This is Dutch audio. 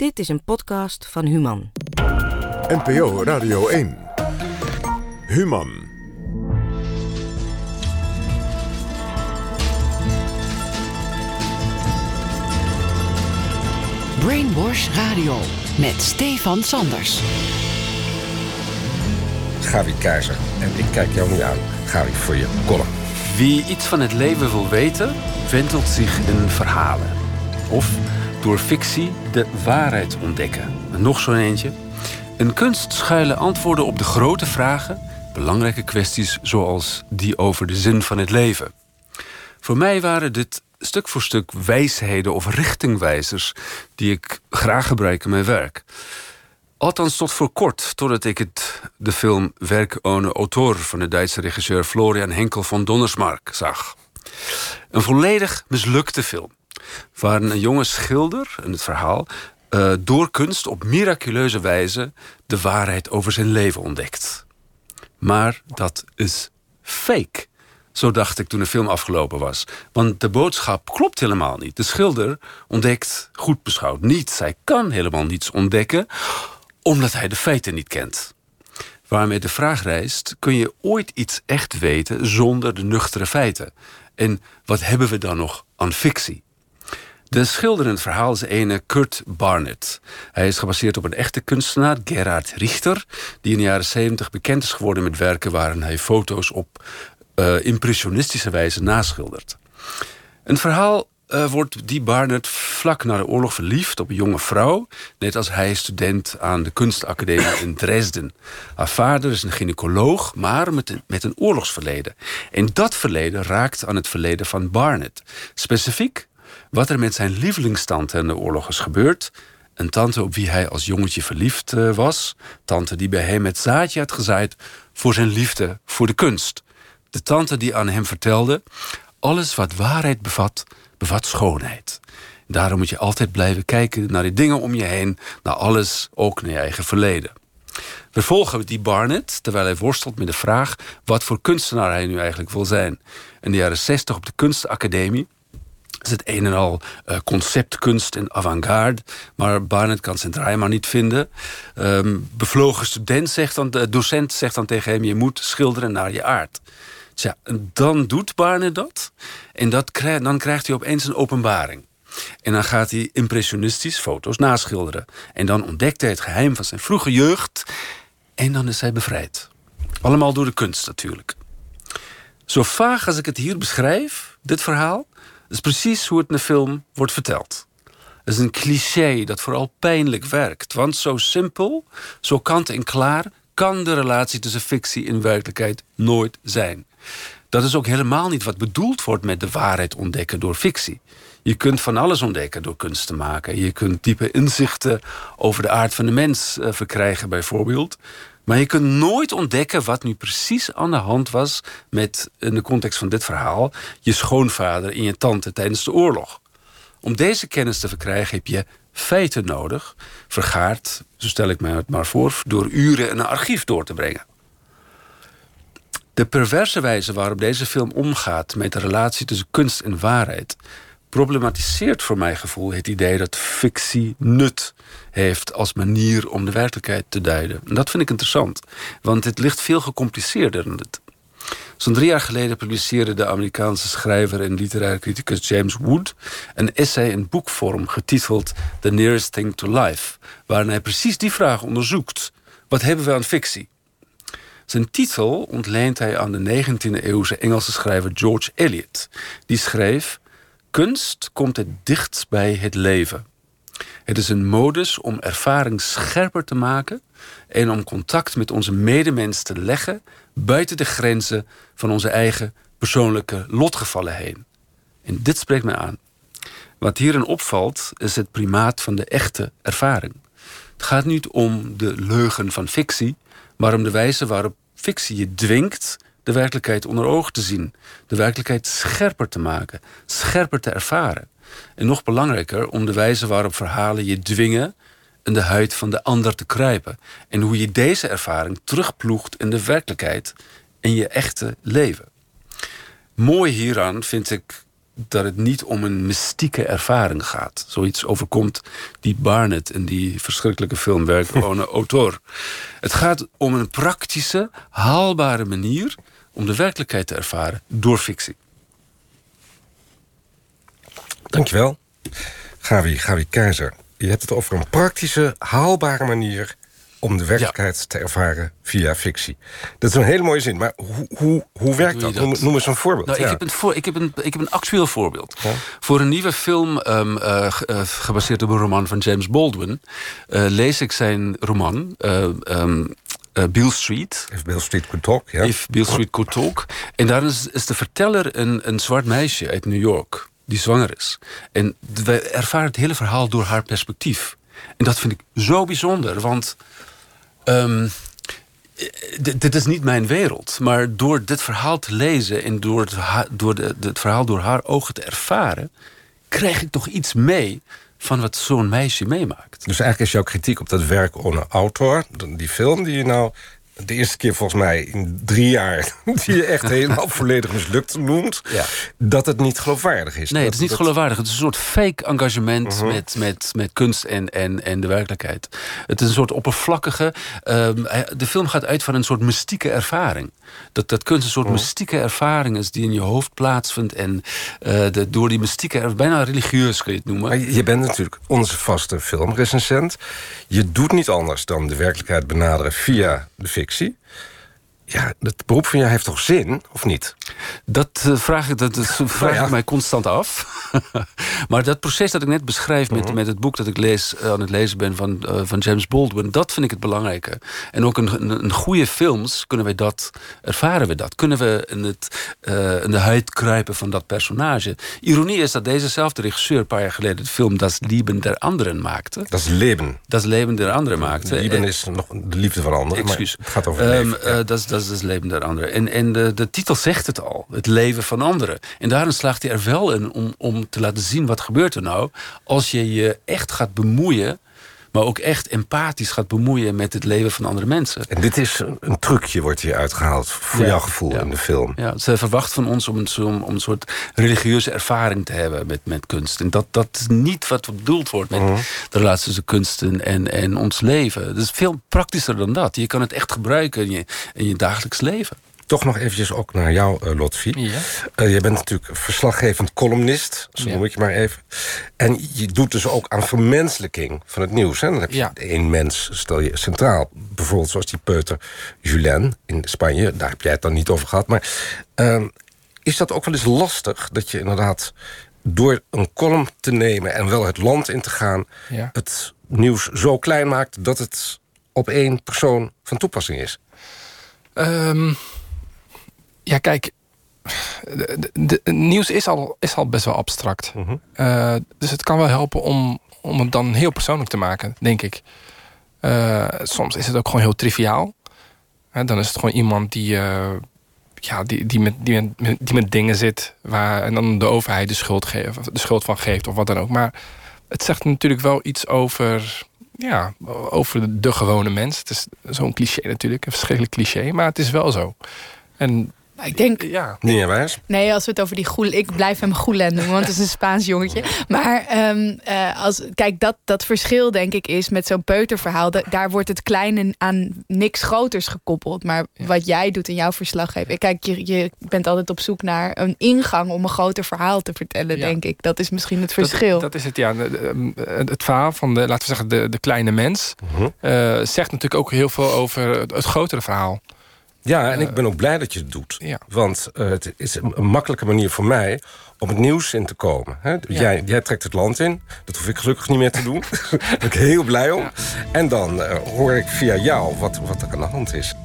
Dit is een podcast van Human. NPO Radio 1. Human. Brainwash Radio met Stefan Sanders. Gavi Keizer, en ik kijk jou nu aan. Gavi, voor je column. Wie iets van het leven wil weten, wentelt zich in verhalen. Of door fictie de waarheid ontdekken. En nog zo'n eentje. In kunst schuilen antwoorden op de grote vragen, belangrijke kwesties zoals die over de zin van het leven. Voor mij waren dit stuk voor stuk wijsheden of richtingwijzers die ik graag gebruik in mijn werk. Althans tot voor kort, totdat ik de film Werk ohne Autor van de Duitse regisseur Florian Henkel von Donnersmarck zag. Een volledig mislukte film, waarin een jonge schilder in het verhaal door kunst op miraculeuze wijze de waarheid over zijn leven ontdekt. Maar dat is fake. Zo dacht ik toen de film afgelopen was. Want de boodschap klopt helemaal niet. De schilder ontdekt, goed beschouwd, niets. Hij kan helemaal niets ontdekken, omdat hij de feiten niet kent. Waarmee de vraag rijst, kun je ooit iets echt weten zonder de nuchtere feiten? En wat hebben we dan nog aan fictie? De schilder in het verhaal is ene Kurt Barnett. Hij is gebaseerd op een echte kunstenaar, Gerhard Richter, die in de jaren 70 bekend is geworden met werken waarin hij foto's op impressionistische wijze naschildert. Een verhaal wordt die Barnett vlak na de oorlog verliefd op een jonge vrouw, net als hij student aan de kunstacademie in Dresden. Haar vader is een gynaecoloog, maar met een oorlogsverleden. En dat verleden raakt aan het verleden van Barnett. Specifiek wat er met zijn lievelingstante in de oorlog is gebeurd. Een tante op wie hij als jongetje verliefd was. Tante die bij hem het zaadje had gezaaid voor zijn liefde voor de kunst. De tante die aan hem vertelde: alles wat waarheid bevat schoonheid. Daarom moet je altijd blijven kijken naar de dingen om je heen, naar alles, ook naar je eigen verleden. We volgen die Barnett terwijl hij worstelt met de vraag wat voor kunstenaar hij nu eigenlijk wil zijn. In de jaren 60 op de kunstacademie is het een en al conceptkunst en avant-garde, maar Barnett kan zijn draai maar niet vinden. Bevlogen docent zegt dan tegen hem: je moet schilderen naar je aard. Tja, dan doet Barnett dat. En dan krijgt hij opeens een openbaring. En dan gaat hij impressionistisch foto's naschilderen. En dan ontdekt hij het geheim van zijn vroege jeugd. En dan is hij bevrijd. Allemaal door de kunst natuurlijk. Zo vaag als ik het hier beschrijf, dit verhaal, is precies hoe het in de film wordt verteld. Het is een cliché dat vooral pijnlijk werkt. Want zo simpel, zo kant en klaar kan de relatie tussen fictie en werkelijkheid nooit zijn. Dat is ook helemaal niet wat bedoeld wordt met de waarheid ontdekken door fictie. Je kunt van alles ontdekken door kunst te maken. Je kunt diepe inzichten over de aard van de mens verkrijgen bijvoorbeeld. Maar je kunt nooit ontdekken wat nu precies aan de hand was met, in de context van dit verhaal, je schoonvader en je tante tijdens de oorlog. Om deze kennis te verkrijgen heb je feiten nodig, vergaard, zo stel ik mij het maar voor, door uren in een archief door te brengen. De perverse wijze waarop deze film omgaat met de relatie tussen kunst en waarheid problematiseert voor mijn gevoel het idee dat fictie nut heeft als manier om de werkelijkheid te duiden. En dat vind ik interessant, want het ligt veel gecompliceerder dan dit. Zo'n 3 jaar geleden publiceerde de Amerikaanse schrijver en literair criticus James Wood een essay in boekvorm getiteld The Nearest Thing to Life, waarin hij precies die vraag onderzoekt. Wat hebben we aan fictie? Zijn titel ontleent hij aan de 19e-eeuwse Engelse schrijver George Eliot. Die schreef: kunst komt het dichtst bij het leven. Het is een modus om ervaring scherper te maken en om contact met onze medemens te leggen buiten de grenzen van onze eigen persoonlijke lotgevallen heen. En dit spreekt mij aan. Wat hierin opvalt is het primaat van de echte ervaring. Het gaat niet om de leugen van fictie, maar om de wijze waarop fictie je dwingt de werkelijkheid onder ogen te zien. De werkelijkheid scherper te maken, scherper te ervaren. En nog belangrijker, om de wijze waarop verhalen je dwingen in de huid van de ander te kruipen. En hoe je deze ervaring terugploegt in de werkelijkheid, in je echte leven. Mooi hieraan vind ik dat het niet om een mystieke ervaring gaat. Zoiets overkomt die Barnett in die verschrikkelijke film Werk ohne Autor. Het gaat om een praktische, haalbare manier om de werkelijkheid te ervaren door fictie. Dankjewel. Gawie Keizer. Je hebt het over een praktische, haalbare manier om de werkelijkheid te ervaren via fictie. Dat is een hele mooie zin, maar hoe werkt dat? Noem eens een voorbeeld. Nou, ik heb een actueel voorbeeld. Ja? Voor een nieuwe film gebaseerd op een roman van James Baldwin lees ik zijn roman Beale Street. If Beale Street Could Talk, ja. If Beale Street Could Talk. En daar is de verteller een zwart meisje uit New York die zwanger is. En we ervaren het hele verhaal door haar perspectief. En dat vind ik zo bijzonder, want dit is niet mijn wereld. Maar door dit verhaal te lezen en door het verhaal door haar ogen te ervaren, krijg ik toch iets mee van wat zo'n meisje meemaakt. Dus eigenlijk is jouw kritiek op dat Werk ohne Autor, die film die je nou de eerste keer volgens mij in 3 jaar die je echt helemaal volledig mislukt noemt, dat het niet geloofwaardig is. Nee, het is niet geloofwaardig. Het is een soort fake engagement met kunst en de werkelijkheid. Het is een soort oppervlakkige. De film gaat uit van een soort mystieke ervaring. Dat kunst een soort mystieke ervaring is die in je hoofd plaatsvindt en door die mystieke, bijna religieus kun je het noemen. Maar je bent natuurlijk onze vaste filmrecensent. Je doet niet anders dan de werkelijkheid benaderen via de fictie. Ja, het beroep van jou heeft toch zin, of niet? Dat vraag ik mij constant af. Maar dat proces dat ik net beschrijf met het boek dat ik aan het lezen ben van James Baldwin, dat vind ik het belangrijke. En ook in goede films ervaren we dat. Kunnen we in de huid kruipen van dat personage. Ironie is dat dezezelfde regisseur een paar jaar geleden de film Das Leben der Anderen maakte. Das Leben der Anderen maakte. Leben is nog de liefde van anderen. Excuus. Maar het gaat over leven. Dat is het leven der anderen. En de titel zegt het al. Het leven van anderen. En daarin slaagt hij er wel in om te laten zien wat gebeurt er nou als je je echt gaat bemoeien, maar ook echt empathisch gaat bemoeien met het leven van andere mensen. En dit is een trucje, wordt hier uitgehaald voor jouw gevoel in de film. Ja, ze verwacht van ons om een soort religieuze ervaring te hebben met kunst. En dat is niet wat bedoeld wordt met de relatie tussen kunst en ons leven. Het is veel praktischer dan dat. Je kan het echt gebruiken in je dagelijks leven. Toch nog eventjes ook naar jou, Lotfi. Ja. Je bent natuurlijk verslaggevend columnist, zo noem ik je maar even. En je doet dus ook aan vermenselijking van het nieuws. Hè? Dan heb je één mens, stel je centraal. Bijvoorbeeld zoals die peuter Julien in Spanje. Daar heb jij het dan niet over gehad. Maar is dat ook wel eens lastig dat je inderdaad door een column te nemen en wel het land in te gaan, het nieuws zo klein maakt dat het op één persoon van toepassing is? Ja, kijk, de nieuws is al best wel abstract. Dus het kan wel helpen om het dan heel persoonlijk te maken, denk ik. Soms is het ook gewoon heel triviaal. Dan is het gewoon iemand die met dingen zit, en dan de overheid de schuld van geeft of wat dan ook. Maar het zegt natuurlijk wel iets over de gewone mens. Het is zo'n cliché natuurlijk, een verschrikkelijk cliché, maar het is wel zo. En ik denk, Nina Wijs? Nee, als we het over die ik blijf hem Julen noemen, want het is een Spaans jongetje. Maar dat verschil denk ik is met zo'n peuterverhaal, daar wordt het kleine aan niks groters gekoppeld. Maar wat jij doet in jouw verslaggeving, kijk, je bent altijd op zoek naar een ingang om een groter verhaal te vertellen, denk ik. Dat is misschien het verschil. Dat is het, ja. Het verhaal van laten we zeggen, de kleine mens zegt natuurlijk ook heel veel over het grotere verhaal. Ja, en ik ben ook blij dat je het doet. Ja. Want het is een makkelijke manier voor mij om het nieuws in te komen. Hè? Ja. Jij trekt het land in. Dat hoef ik gelukkig niet meer te doen. Daar ben ik heel blij om. Ja. En dan hoor ik via jou wat er aan de hand is.